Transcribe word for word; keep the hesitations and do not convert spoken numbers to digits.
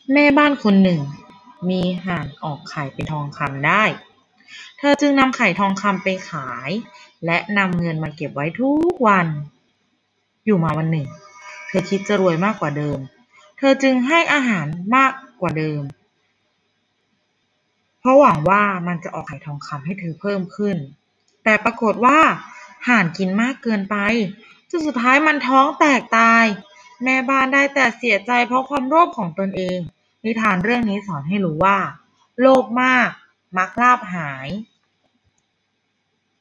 แม่บ้านคนหนึ่งมีห่านออกไข่เป็นทองคำได้ เธอจึงนำไข่ทองคำไปขายและนำเงินมาเก็บไว้ทุกวัน อยู่มาวันหนึ่งเธอคิดจะรวยมากกว่าเดิม เธอจึงให้อาหารมากกว่าเดิม เพราะหวังว่ามันจะออกไข่ทองคำให้เธอเพิ่มขึ้น แต่ปรากฏว่าห่านกินมากเกินไปจนสุดท้ายมันท้องแตกตาย แม่บ้านได้แต่เสียใจเพราะความโลภของตนเอง นิทานเรื่องนี้สอนให้รู้ว่าโลภมากมักลาภหาย